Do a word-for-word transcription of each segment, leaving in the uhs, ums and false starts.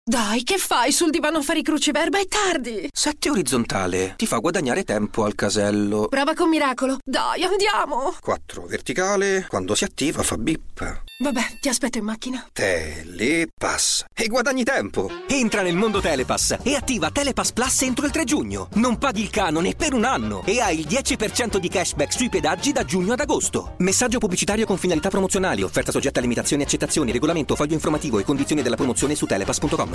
Dai, che fai sul divano a fare i cruciverba? È tardi! sette orizzontale ti fa guadagnare tempo al casello. Prova con Miracolo. Dai, andiamo! quattro verticale, quando si attiva fa bip. Vabbè, ti aspetto in macchina. Telepass. E guadagni tempo. Entra nel mondo Telepass e attiva Telepass Plus entro il tre giugno. Non paghi il canone per un anno e hai il dieci per cento di cashback sui pedaggi da giugno ad agosto. Messaggio pubblicitario con finalità promozionali. Offerta soggetta a limitazioni e accettazioni. Regolamento, foglio informativo e condizioni della promozione su telepass punto com.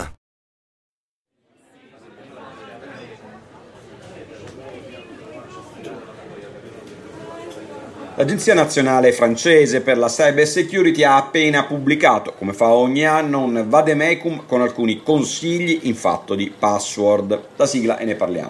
L'Agenzia Nazionale Francese per la Cyber Security ha appena pubblicato, come fa ogni anno, un vademecum con alcuni consigli in fatto di password. La sigla e ne parliamo.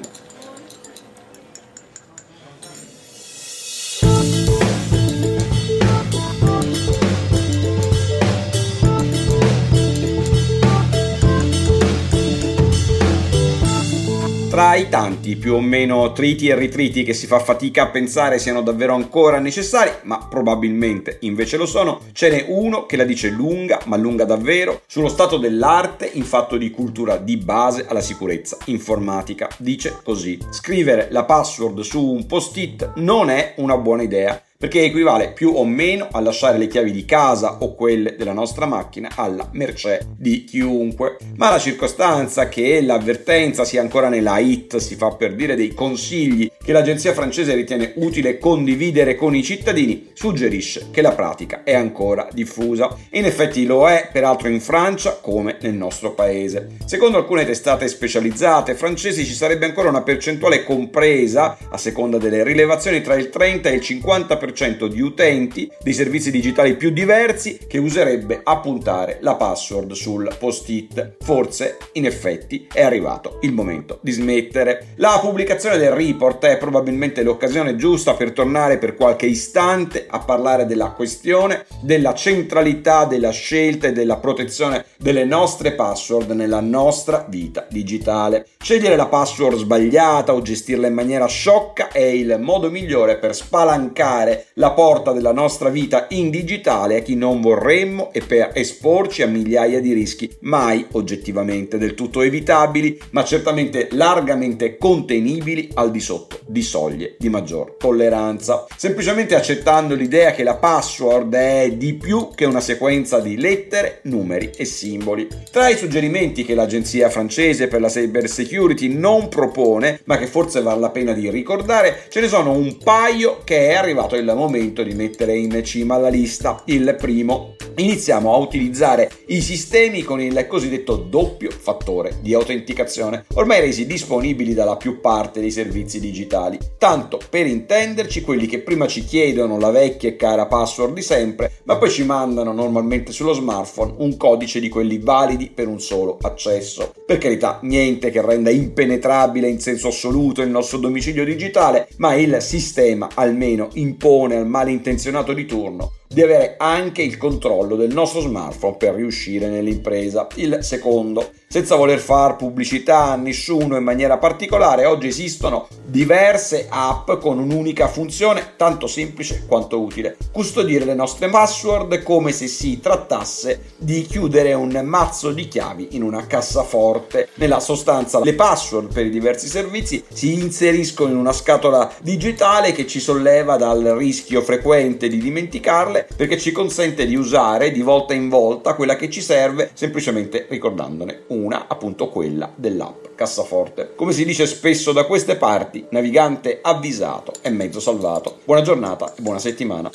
Tra i tanti più o meno triti e ritriti che si fa fatica a pensare siano davvero ancora necessari, ma probabilmente invece lo sono, ce n'è uno che la dice lunga, ma lunga davvero, sullo stato dell'arte in fatto di cultura di base alla sicurezza informatica. Dice così: scrivere la password su un post-it non è una buona idea, perché equivale più o meno a lasciare le chiavi di casa o quelle della nostra macchina alla mercé di chiunque. Ma la circostanza che l'avvertenza sia ancora nella hit, si fa per dire, dei consigli che l'agenzia francese ritiene utile condividere con i cittadini, suggerisce che la pratica è ancora diffusa. In effetti lo è, peraltro in Francia come nel nostro paese. Secondo alcune testate specializzate francesi ci sarebbe ancora una percentuale compresa, a seconda delle rilevazioni, tra il trenta e il cinquanta per cento di utenti dei servizi digitali più diversi che userebbe appuntare la password sul post-it. Forse, in effetti, è arrivato il momento di smettere. La pubblicazione del report è probabilmente l'occasione giusta per tornare per qualche istante a parlare della questione, della centralità della scelta e della protezione delle nostre password nella nostra vita digitale. Scegliere la password sbagliata o gestirla in maniera sciocca è il modo migliore per spalancare la porta della nostra vita in digitale a chi non vorremmo e per esporci a migliaia di rischi mai oggettivamente del tutto evitabili, ma certamente largamente contenibili al di sotto di soglie di maggior tolleranza. Semplicemente accettando l'idea che la password è di più che una sequenza di lettere, numeri e simboli. Tra i suggerimenti che l'agenzia francese per la cyber security non propone, ma che forse vale la pena di ricordare, ce ne sono un paio che è arrivato il momento di mettere in cima alla lista. Il primo: iniziamo a utilizzare i sistemi con il cosiddetto doppio fattore di autenticazione, ormai resi disponibili dalla più parte dei servizi digitali. Tanto per intenderci, quelli che prima ci chiedono la vecchia e cara password di sempre, ma poi ci mandano normalmente sullo smartphone un codice di quelli validi per un solo accesso. Per carità, niente che renda impenetrabile in senso assoluto il nostro domicilio digitale, ma il sistema almeno impone al malintenzionato di turno di avere anche il controllo del nostro smartphone per riuscire nell'impresa. Il secondo: senza voler far pubblicità a nessuno in maniera particolare, oggi esistono diverse app con un'unica funzione tanto semplice quanto utile: custodire le nostre password come se si trattasse di chiudere un mazzo di chiavi in una cassaforte. Nella sostanza, le password per i diversi servizi si inseriscono in una scatola digitale che ci solleva dal rischio frequente di dimenticarle, perché ci consente di usare di volta in volta quella che ci serve, semplicemente ricordandone una, appunto quella dell'app cassaforte. Come si dice spesso da queste parti, navigante avvisato è mezzo salvato. Buona giornata e buona settimana.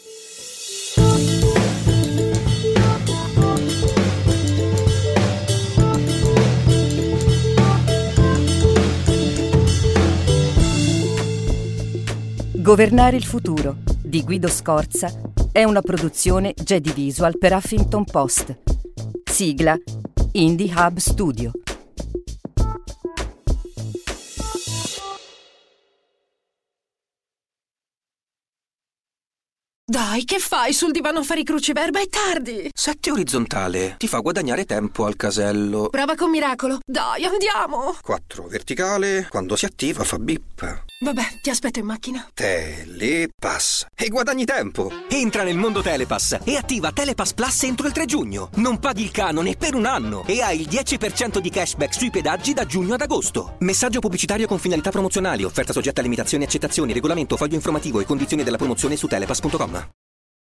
Governare il futuro di Guido Scorza è una produzione Jedi Visual per Huffington Post. Sigla Indie Hub Studio. Dai, che fai sul divano a fare i cruciverba? È tardi! sette orizzontale ti fa guadagnare tempo al casello. Prova con Miracolo. Dai, andiamo! quattro verticale, quando si attiva fa bip. Vabbè, ti aspetto in macchina. Telepass. E guadagni tempo. Entra nel mondo Telepass e attiva Telepass Plus entro il tre giugno. Non paghi il canone per un anno e hai il dieci per cento di cashback sui pedaggi da giugno ad agosto. Messaggio pubblicitario con finalità promozionali. Offerta soggetta a limitazioni e accettazioni. Regolamento, foglio informativo e condizioni della promozione su telepass punto com.